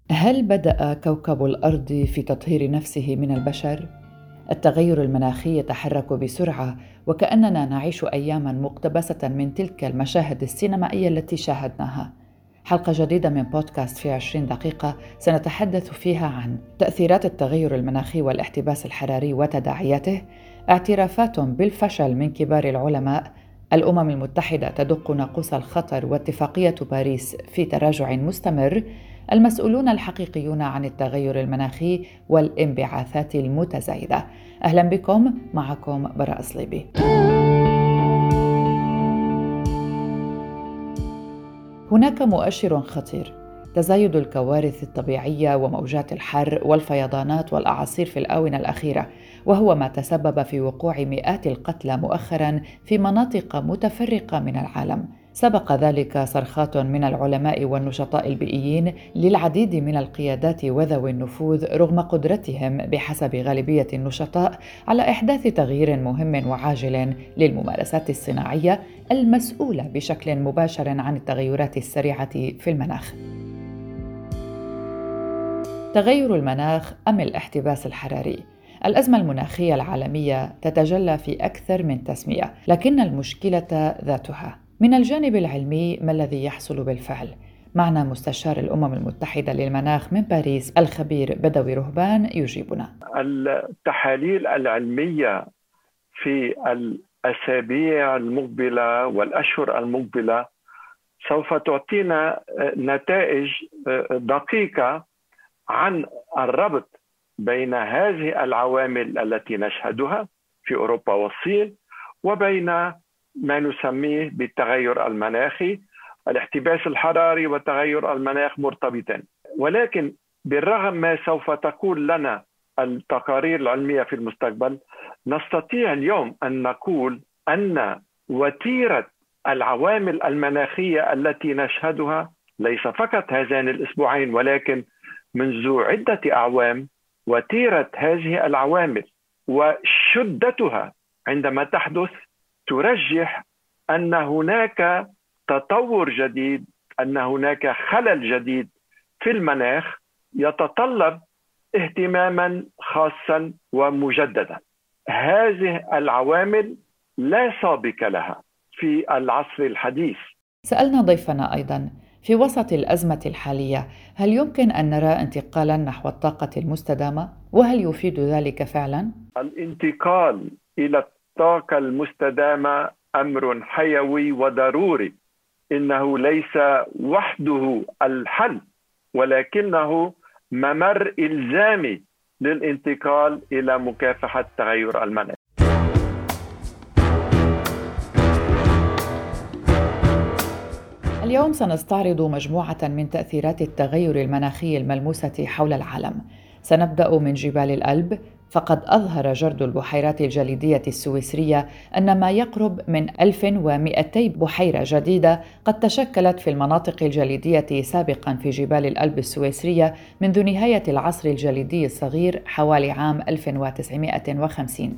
هل بدأ كوكب الأرض في تطهير نفسه من البشر؟ التغير المناخي يتحرك بسرعة، وكأننا نعيش أياماً مقتبسة من تلك المشاهد السينمائية التي شاهدناها. حلقة جديدة من بودكاست في 20 دقيقة سنتحدث فيها عن تأثيرات التغير المناخي والاحتباس الحراري وتداعياته، اعترافات بالفشل من كبار العلماء، الأمم المتحدة تدق ناقوس الخطر واتفاقية باريس في تراجع مستمر، المسؤولون الحقيقيون عن التغير المناخي والانبعاثات المتزايدة. أهلا بكم، معكم براء صليبي. هناك مؤشر خطير: تزايد الكوارث الطبيعية وموجات الحر والفيضانات والأعاصير في الآونة الأخيرة، وهو ما تسبب في وقوع مئات القتلى مؤخراً في مناطق متفرقة من العالم. سبق ذلك صرخات من العلماء والنشطاء البيئيين للعديد من القيادات وذوي النفوذ رغم قدرتهم بحسب غالبية النشطاء على إحداث تغيير مهم وعاجل للممارسات الصناعية المسؤولة بشكل مباشر عن التغيرات السريعة في المناخ. تغير المناخ أم الاحتباس الحراري؟ الأزمة المناخية العالمية تتجلى في أكثر من تسمية، لكن المشكلة ذاتها. من الجانب العلمي، ما الذي يحصل بالفعل؟ معنا مستشار الأمم المتحدة للمناخ من باريس، الخبير بدوي رهبان، يجيبنا. التحاليل العلمية في الأسابيع المقبلة والأشهر المقبلة سوف تعطينا نتائج دقيقة عن الربط بين هذه العوامل التي نشهدها في أوروبا والصين وبين ما نسميه بالتغير المناخي. الاحتباس الحراري وتغير المناخ مرتبطين، ولكن بالرغم ما سوف تقول لنا التقارير العلمية في المستقبل، نستطيع اليوم أن نقول أن وتيرة العوامل المناخية التي نشهدها ليس فقط هذين الأسبوعين، ولكن منذ عدة أعوام، وتيرة هذه العوامل وشدتها عندما تحدث ترجح أن هناك تطور جديد، أن هناك خلل جديد في المناخ يتطلب اهتماما خاصا ومجددا. هذه العوامل لا سابق لها في العصر الحديث. سألنا ضيفنا أيضا: في وسط الأزمة الحالية، هل يمكن أن نرى انتقالا نحو الطاقة المستدامة؟ وهل يفيد ذلك فعلا؟ الانتقال إلى الطاقة المستدامة أمر حيوي وضروري. إنه ليس وحده الحل، ولكنه ممر إلزامي للانتقال إلى مكافحة تغير المناخ. اليوم سنستعرض مجموعة من تأثيرات التغير المناخي الملموسة حول العالم. سنبدأ من جبال الألب، فقد أظهر جرد البحيرات الجليدية السويسرية أن ما يقرب من 1200 بحيرة جديدة قد تشكلت في المناطق الجليدية سابقاً في جبال الألب السويسرية منذ نهاية العصر الجليدي الصغير حوالي عام 1950.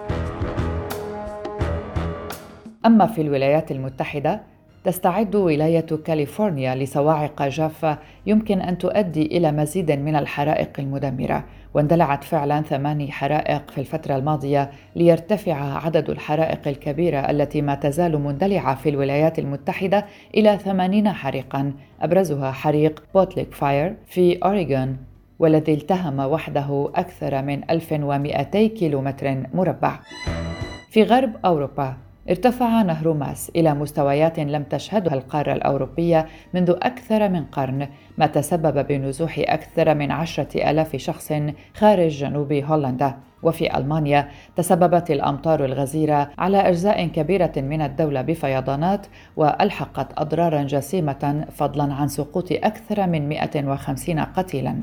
أما في الولايات المتحدة، تستعد ولاية كاليفورنيا لصواعق جافة يمكن أن تؤدي إلى مزيد من الحرائق المدمرة، واندلعت فعلا 8 حرائق في الفترة الماضية، ليرتفع عدد الحرائق الكبيرة التي ما تزال مندلعة في الولايات المتحدة إلى 80 حريقا، أبرزها حريق بوتليك فاير في أوريغون، والذي التهم وحده أكثر من 1200 كيلومتر مربع. في غرب أوروبا، ارتفع نهر ماس إلى مستويات لم تشهدها القارة الأوروبية منذ أكثر من قرن، ما تسبب بنزوح أكثر من 10,000 شخص خارج جنوب هولندا. وفي ألمانيا، تسببت الأمطار الغزيرة على أجزاء كبيرة من الدولة بفيضانات، وألحقت أضرارا جسيمة، فضلا عن سقوط أكثر من 150 قتيلا.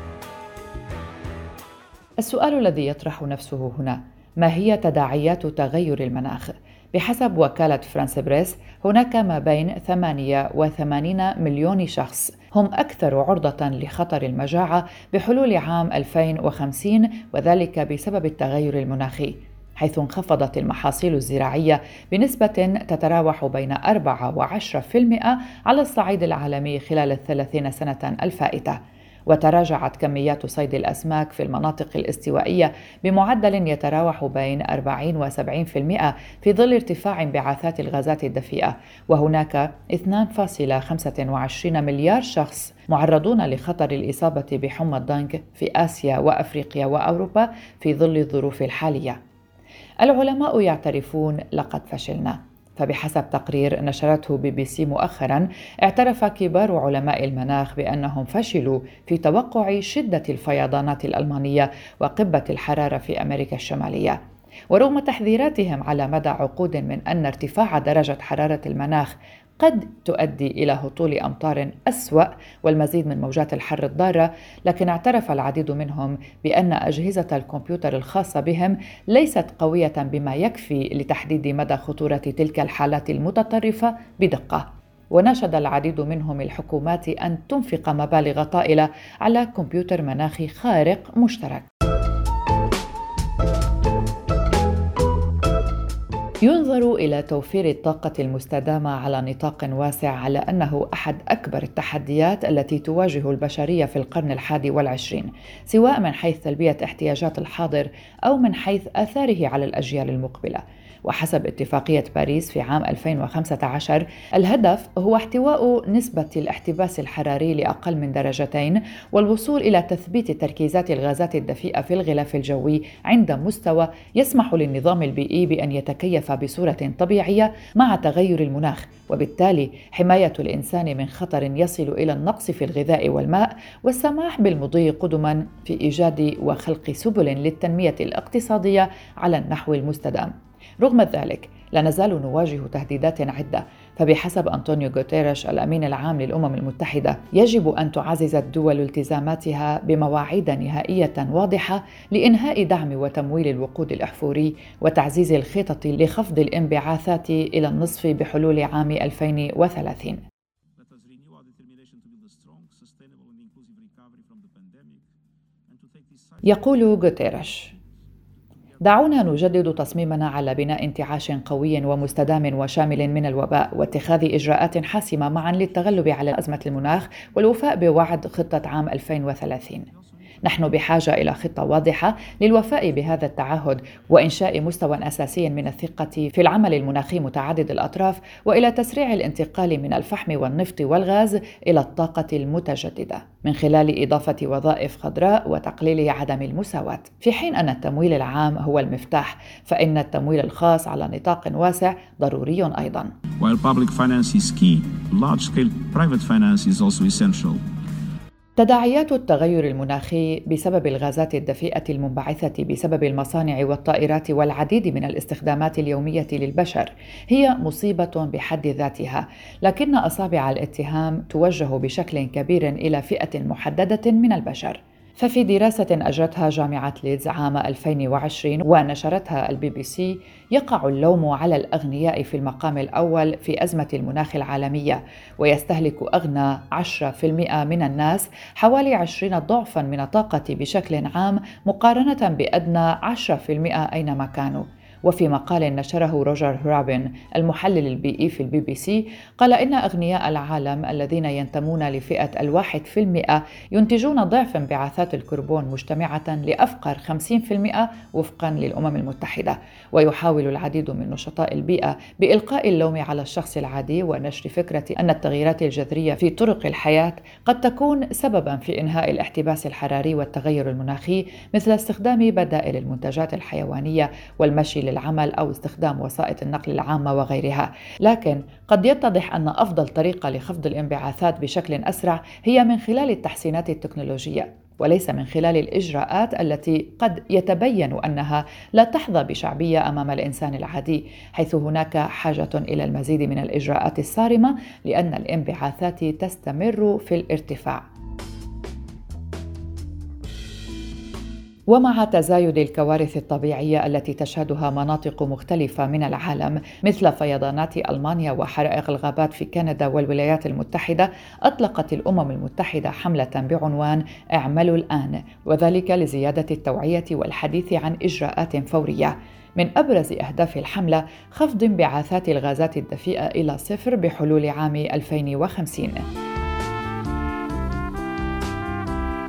السؤال الذي يطرح نفسه هنا: ما هي تداعيات تغير المناخ؟ بحسب وكالة فرانس بريس، هناك ما بين 88 مليون شخص هم أكثر عرضة لخطر المجاعة بحلول عام 2050، وذلك بسبب التغير المناخي، حيث انخفضت المحاصيل الزراعية بنسبة تتراوح بين 4 و10% على الصعيد العالمي خلال 30 سنة الفائتة. وتراجعت كميات صيد الأسماك في المناطق الاستوائية بمعدل يتراوح بين 40 و 70% في ظل ارتفاع انبعاثات الغازات الدفيئة، وهناك 2.25 مليار شخص معرضون لخطر الإصابة بحمى الدنغ في آسيا وأفريقيا وأوروبا في ظل الظروف الحالية. العلماء يعترفون لقد فشلنا. فبحسب تقرير نشرته BBC مؤخراً، اعترف كبار علماء المناخ بأنهم فشلوا في توقع شدة الفيضانات الألمانية وقبة الحرارة في أمريكا الشمالية. ورغم تحذيراتهم على مدى عقود من أن ارتفاع درجة حرارة المناخ قد تؤدي إلى هطول أمطار أسوأ والمزيد من موجات الحر الضارة، لكن اعترف العديد منهم بأن أجهزة الكمبيوتر الخاصة بهم ليست قوية بما يكفي لتحديد مدى خطورة تلك الحالات المتطرفة بدقة. وناشد العديد منهم الحكومات أن تنفق مبالغ طائلة على كمبيوتر مناخي خارق مشترك. ينظر إلى توفير الطاقة المستدامة على نطاق واسع على أنه أحد أكبر التحديات التي تواجه البشرية في القرن 21، سواء من حيث تلبية احتياجات الحاضر أو من حيث آثاره على الأجيال المقبلة. وحسب اتفاقية باريس في عام 2015، الهدف هو احتواء نسبة الاحتباس الحراري لأقل من 2 والوصول إلى تثبيت تركيزات الغازات الدفيئة في الغلاف الجوي عند مستوى يسمح للنظام البيئي بأن يتكيف بصورة طبيعية مع تغير المناخ، وبالتالي حماية الإنسان من خطر يصل إلى النقص في الغذاء والماء، والسماح بالمضي قدما في إيجاد وخلق سبل للتنمية الاقتصادية على النحو المستدام. رغم ذلك لا نزال نواجه تهديدات عدة، فبحسب أنطونيو غوتيريش الأمين العام للأمم المتحدة يجب أن تعزز الدول التزاماتها بمواعيد نهائية واضحة لإنهاء دعم وتمويل الوقود الأحفوري وتعزيز الخطط لخفض الانبعاثات إلى النصف بحلول عام 2030. يقول غوتيريش: دعونا نجدد تصميمنا على بناء انتعاش قوي ومستدام وشامل من الوباء، واتخاذ إجراءات حاسمة معا للتغلب على أزمة المناخ والوفاء بوعد خطة عام 2030. نحن بحاجة إلى خطة واضحة للوفاء بهذا التعهد وإنشاء مستوى أساسي من الثقة في العمل المناخي متعدد الأطراف، وإلى تسريع الانتقال من الفحم والنفط والغاز إلى الطاقة المتجددة من خلال إضافة وظائف خضراء وتقليل عدم المساواة. في حين أن التمويل العام هو المفتاح، فإن التمويل الخاص على نطاق واسع ضروري أيضاً. While public finance is key, large-scale private finance is also essential. تداعيات التغير المناخي بسبب الغازات الدفيئة المنبعثة بسبب المصانع والطائرات والعديد من الاستخدامات اليومية للبشر هي مصيبة بحد ذاتها، لكن أصابع الاتهام توجه بشكل كبير إلى فئة محددة من البشر. ففي دراسة أجرتها جامعة ليدز عام 2020 ونشرتها BBC، يقع اللوم على الأغنياء في المقام الأول في أزمة المناخ العالمية، ويستهلك أغنى 10% من الناس حوالي 20 ضعفاً من الطاقة بشكل عام مقارنة بأدنى 10% أينما كانوا. وفي مقال نشره روجر هرابين المحلل البيئي في BBC، قال إن أغنياء العالم الذين ينتمون لفئة 1% ينتجون ضعف انبعاثات الكربون مجتمعة لأفقر 50% وفقا للأمم المتحدة. ويحاول العديد من نشطاء البيئة بإلقاء اللوم على الشخص العادي ونشر فكرة أن التغييرات الجذرية في طرق الحياة قد تكون سببا في إنهاء الاحتباس الحراري والتغير المناخي، مثل استخدام بدائل المنتجات الحيوانية والمشي للعمل أو استخدام وسائط النقل العامة وغيرها. لكن قد يتضح أن أفضل طريقة لخفض الانبعاثات بشكل أسرع هي من خلال التحسينات التكنولوجية، وليس من خلال الإجراءات التي قد يتبين أنها لا تحظى بشعبية أمام الإنسان العادي، حيث هناك حاجة إلى المزيد من الإجراءات الصارمة لأن الانبعاثات تستمر في الارتفاع. ومع تزايد الكوارث الطبيعية التي تشهدها مناطق مختلفة من العالم مثل فيضانات ألمانيا وحرائق الغابات في كندا والولايات المتحدة، أطلقت الأمم المتحدة حملة بعنوان اعملوا الآن، وذلك لزيادة التوعية والحديث عن إجراءات فورية. من أبرز أهداف الحملة خفض انبعاثات الغازات الدفيئة إلى 0 بحلول عام 2050.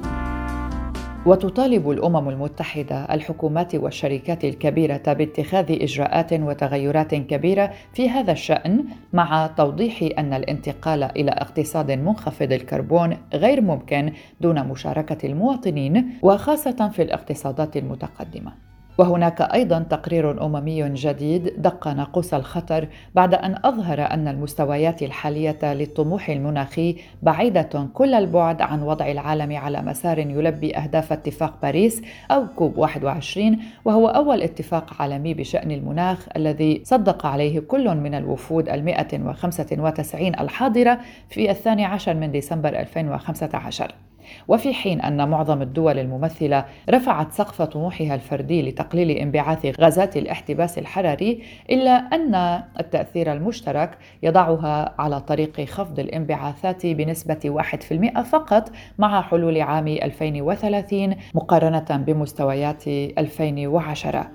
وتطالب الأمم المتحدة الحكومات والشركات الكبيرة باتخاذ إجراءات وتغيرات كبيرة في هذا الشأن، مع توضيح أن الانتقال إلى اقتصاد منخفض الكربون غير ممكن دون مشاركة المواطنين، وخاصة في الاقتصادات المتقدمة. وهناك أيضاً تقرير أممي جديد دق ناقوس الخطر بعد أن أظهر أن المستويات الحالية للطموح المناخي بعيدة كل البعد عن وضع العالم على مسار يلبي أهداف اتفاق باريس أو كوب 21، وهو أول اتفاق عالمي بشأن المناخ الذي صدق عليه كل من الوفود 195 الحاضرة في 12 من ديسمبر 2015. وفي حين أن معظم الدول الممثلة رفعت سقف طموحها الفردي لتقليل انبعاث غازات الاحتباس الحراري، إلا أن التأثير المشترك يضعها على طريق خفض الانبعاثات بنسبة 1% فقط مع حلول عام 2030 مقارنة بمستويات 2010.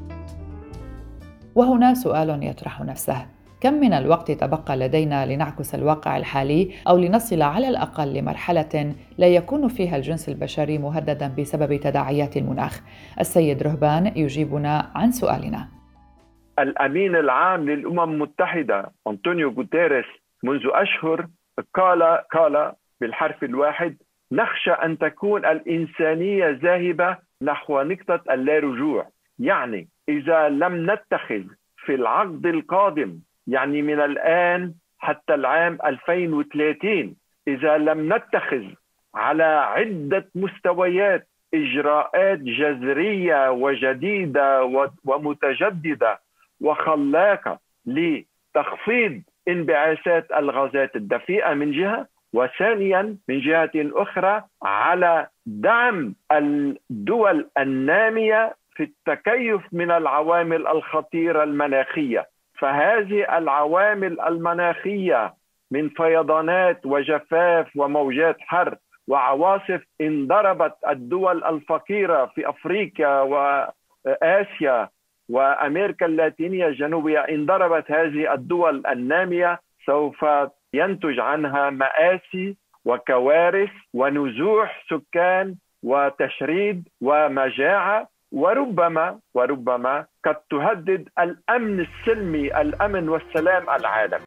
وهنا سؤال يطرح نفسه: كم من الوقت تبقى لدينا لنعكس الواقع الحالي أو لنصل على الأقل لمرحلة لا يكون فيها الجنس البشري مهددا بسبب تداعيات المناخ؟ السيد رهبان يجيبنا عن سؤالنا. الأمين العام للأمم المتحدة أنطونيو غوتيريس منذ أشهر قال بالحرف الواحد: نخشى أن تكون الإنسانية ذاهبة نحو نقطة اللا رجوع. يعني إذا لم نتخذ في العقد القادم، يعني من الآن حتى العام 2030، إذا لم نتخذ على عدة مستويات إجراءات جذرية وجديدة ومتجددة وخلاقة لتخفيض انبعاثات الغازات الدفيئة من جهة، وثانيا من جهة أخرى على دعم الدول النامية في التكيف من العوامل الخطيرة المناخية. فهذه العوامل المناخية من فيضانات وجفاف وموجات حر وعواصف انضربت الدول الفقيرة في أفريقيا وآسيا وأمريكا اللاتينية الجنوبية، انضربت هذه الدول النامية، سوف ينتج عنها مآسي وكوارث ونزوح سكان وتشريد ومجاعة، وربما قد تهدد الأمن السلمي، الأمن والسلام العالمي.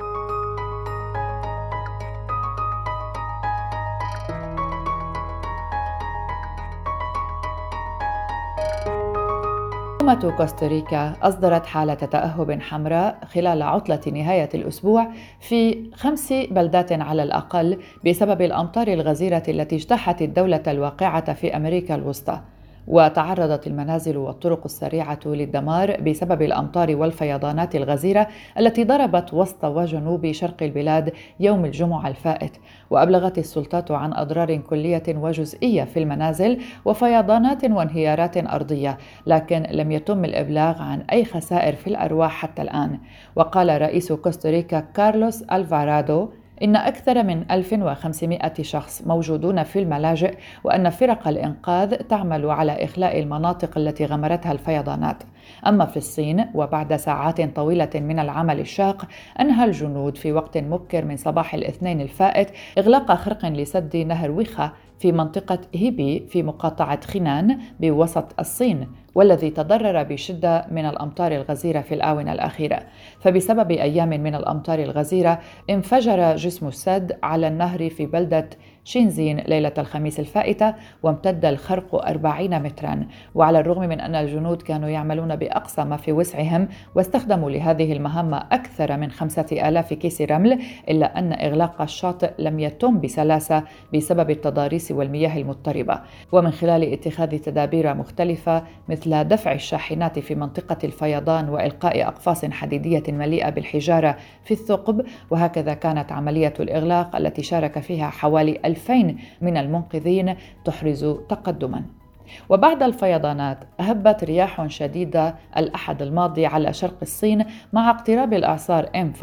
حكومة كوستاريكا أصدرت حالة تأهب حمراء خلال عطلة نهاية الأسبوع في 5 بلدات على الأقل بسبب الأمطار الغزيرة التي اجتاحت الدولة الواقعة في أمريكا الوسطى. وتعرضت المنازل والطرق السريعة للدمار بسبب الأمطار والفيضانات الغزيرة التي ضربت وسط وجنوب شرق البلاد يوم الجمعة الفائت. وأبلغت السلطات عن أضرار كلية وجزئية في المنازل وفيضانات وانهيارات أرضية، لكن لم يتم الإبلاغ عن أي خسائر في الأرواح حتى الآن. وقال رئيس كوستاريكا كارلوس ألفارادو إن أكثر من 1500 شخص موجودون في الملاجئ، وأن فرق الإنقاذ تعمل على إخلاء المناطق التي غمرتها الفيضانات. أما في الصين، وبعد ساعات طويلة من العمل الشاق، أنهى الجنود في وقت مبكر من صباح الاثنين الفائت إغلاق خرق لسد نهر ويخا في منطقة هيبي في مقاطعة خينان بوسط الصين، والذي تضرر بشدة من الأمطار الغزيرة في الآونة الأخيرة. فبسبب أيام من الأمطار الغزيرة انفجر جسم السد على النهر في بلدة شينزين ليلة الخميس الفائتة، وامتد الخرق 40 مترا. وعلى الرغم من أن الجنود كانوا يعملون بأقصى ما في وسعهم واستخدموا لهذه المهمة أكثر من 5000 كيس رمل، إلا أن إغلاق الشاطئ لم يتم بسلاسة بسبب التضاريس والمياه المضطربة. ومن خلال اتخاذ تدابير مختلفة مثل دفع الشاحنات في منطقة الفيضان وإلقاء أقفاص حديدية مليئة بالحجارة في الثقب، وهكذا كانت عملية الإغلاق التي شارك فيها حوالي 2000 من المنقذين تحرز تقدما. وبعد الفيضانات هبت رياح شديدة الأحد الماضي على شرق الصين مع اقتراب الإعصار إمفا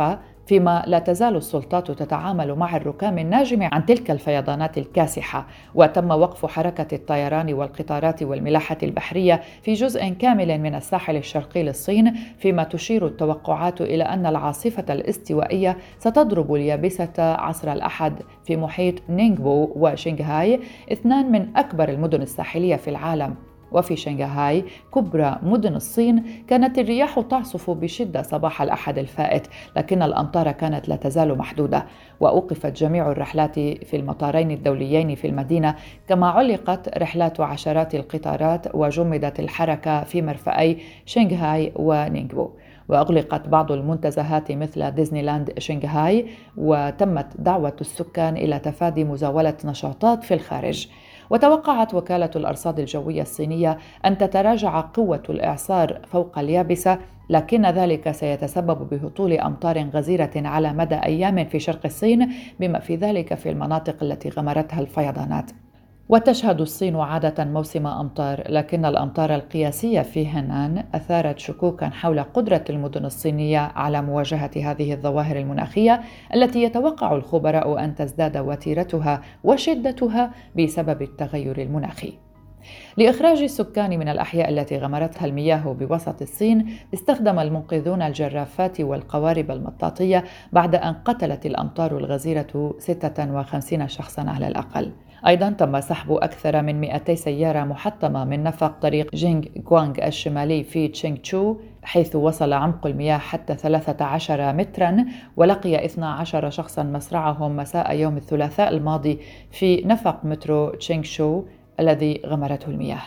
فيما لا تزال السلطات تتعامل مع الركام الناجم عن تلك الفيضانات الكاسحة. وتم وقف حركة الطيران والقطارات والملاحة البحرية في جزء كامل من الساحل الشرقي للصين، فيما تشير التوقعات إلى أن العاصفة الاستوائية ستضرب اليابسة عصر الأحد في محيط نينغبو وشنغهاي، اثنان من أكبر المدن الساحلية في العالم. وفي شنغهاي كبرى مدن الصين كانت الرياح تعصف بشدة صباح الأحد الفائت، لكن الأمطار كانت لا تزال محدودة، وأوقفت جميع الرحلات في المطارين الدوليين في المدينة، كما علقت رحلات عشرات القطارات وجمدت الحركة في مرفأي شنغهاي ونينغبو. وأغلقت بعض المنتزهات مثل ديزني لاند شنغهاي، وتمت دعوة السكان إلى تفادي مزاولة نشاطات في الخارج. وتوقعت وكالة الأرصاد الجوية الصينية أن تتراجع قوة الإعصار فوق اليابسة، لكن ذلك سيتسبب بهطول أمطار غزيرة على مدى أيام في شرق الصين، بما في ذلك في المناطق التي غمرتها الفيضانات. وتشهد الصين عادة موسم أمطار، لكن الأمطار القياسية في هنان أثارت شكوكا حول قدرة المدن الصينية على مواجهة هذه الظواهر المناخية التي يتوقع الخبراء أن تزداد وتيرتها وشدتها بسبب التغير المناخي. لإخراج السكان من الأحياء التي غمرتها المياه بوسط الصين، استخدم المنقذون الجرافات والقوارب المطاطية بعد أن قتلت الأمطار الغزيرة 56 شخصاً على الأقل. أيضاً تم سحب أكثر من 200 سيارة محطمة من نفق طريق جينغ غوانغ الشمالي في تشينغتشو، حيث وصل عمق المياه حتى 13 متراً، ولقي 12 شخصاً مصرعهم مساء يوم الثلاثاء الماضي في نفق مترو تشينغشو الذي غمرته المياه.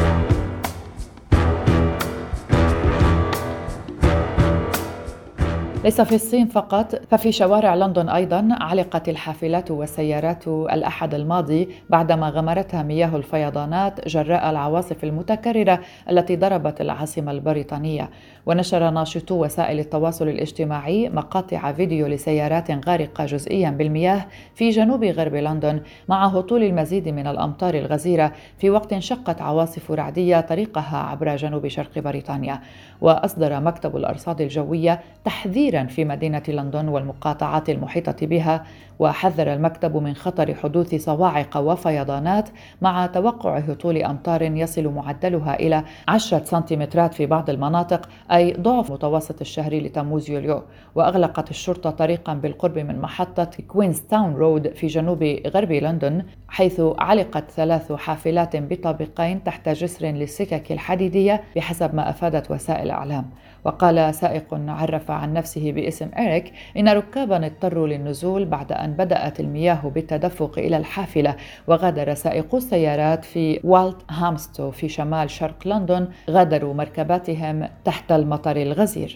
ليس في الصين فقط، ففي شوارع لندن أيضاً علقت الحافلات والسيارات الأحد الماضي بعدما غمرتها مياه الفيضانات جراء العواصف المتكررة التي ضربت العاصمة البريطانية. ونشر ناشطو وسائل التواصل الاجتماعي مقاطع فيديو لسيارات غارقة جزئياً بالمياه في جنوب غرب لندن، مع هطول المزيد من الأمطار الغزيرة في وقت شقت عواصف رعدية طريقها عبر جنوب شرق بريطانيا. وأصدر مكتب الأرصاد الجوية تحذيراً في مدينة لندن والمقاطعات المحيطة بها، وحذر المكتب من خطر حدوث صواعق وفيضانات مع توقع هطول أمطار يصل معدلها إلى 10 سنتيمترات في بعض المناطق، أي ضعف متوسط الشهر لتموز يوليو. وأغلقت الشرطة طريقا بالقرب من محطة كوينز تاون رود في جنوب غرب لندن، حيث علقت 3 حافلات بطابقين تحت جسر للسكك الحديدية بحسب ما أفادت وسائل الإعلام. وقال سائق عرف عن نفسه باسم إريك إن ركابا اضطروا للنزول بعد أن بدأت المياه بالتدفق إلى الحافلة، وغادر سائقو السيارات في والت هامستو في شمال شرق لندن غادروا مركباتهم تحت المطر الغزير.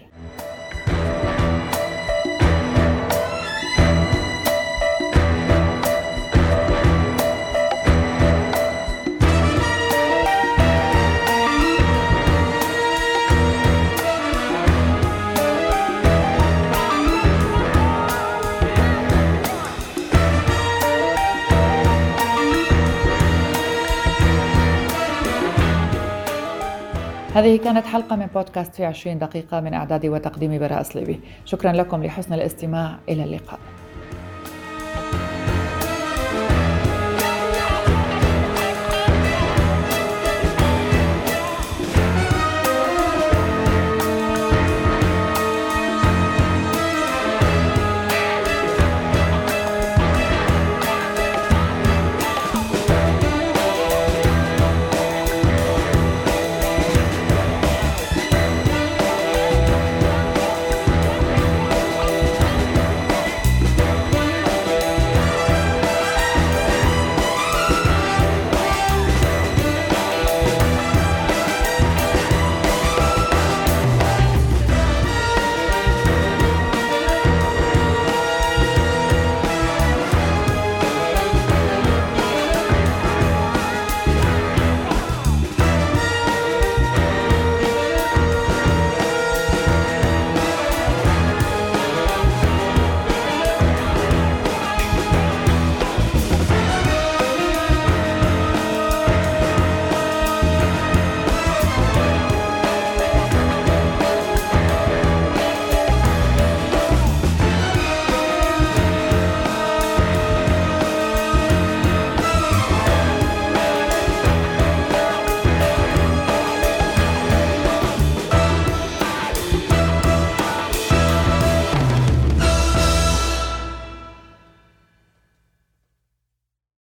هذه كانت حلقة من بودكاست في 20 دقيقة من إعداد وتقديم براء صليبي. شكرا لكم لحسن الاستماع. إلى اللقاء.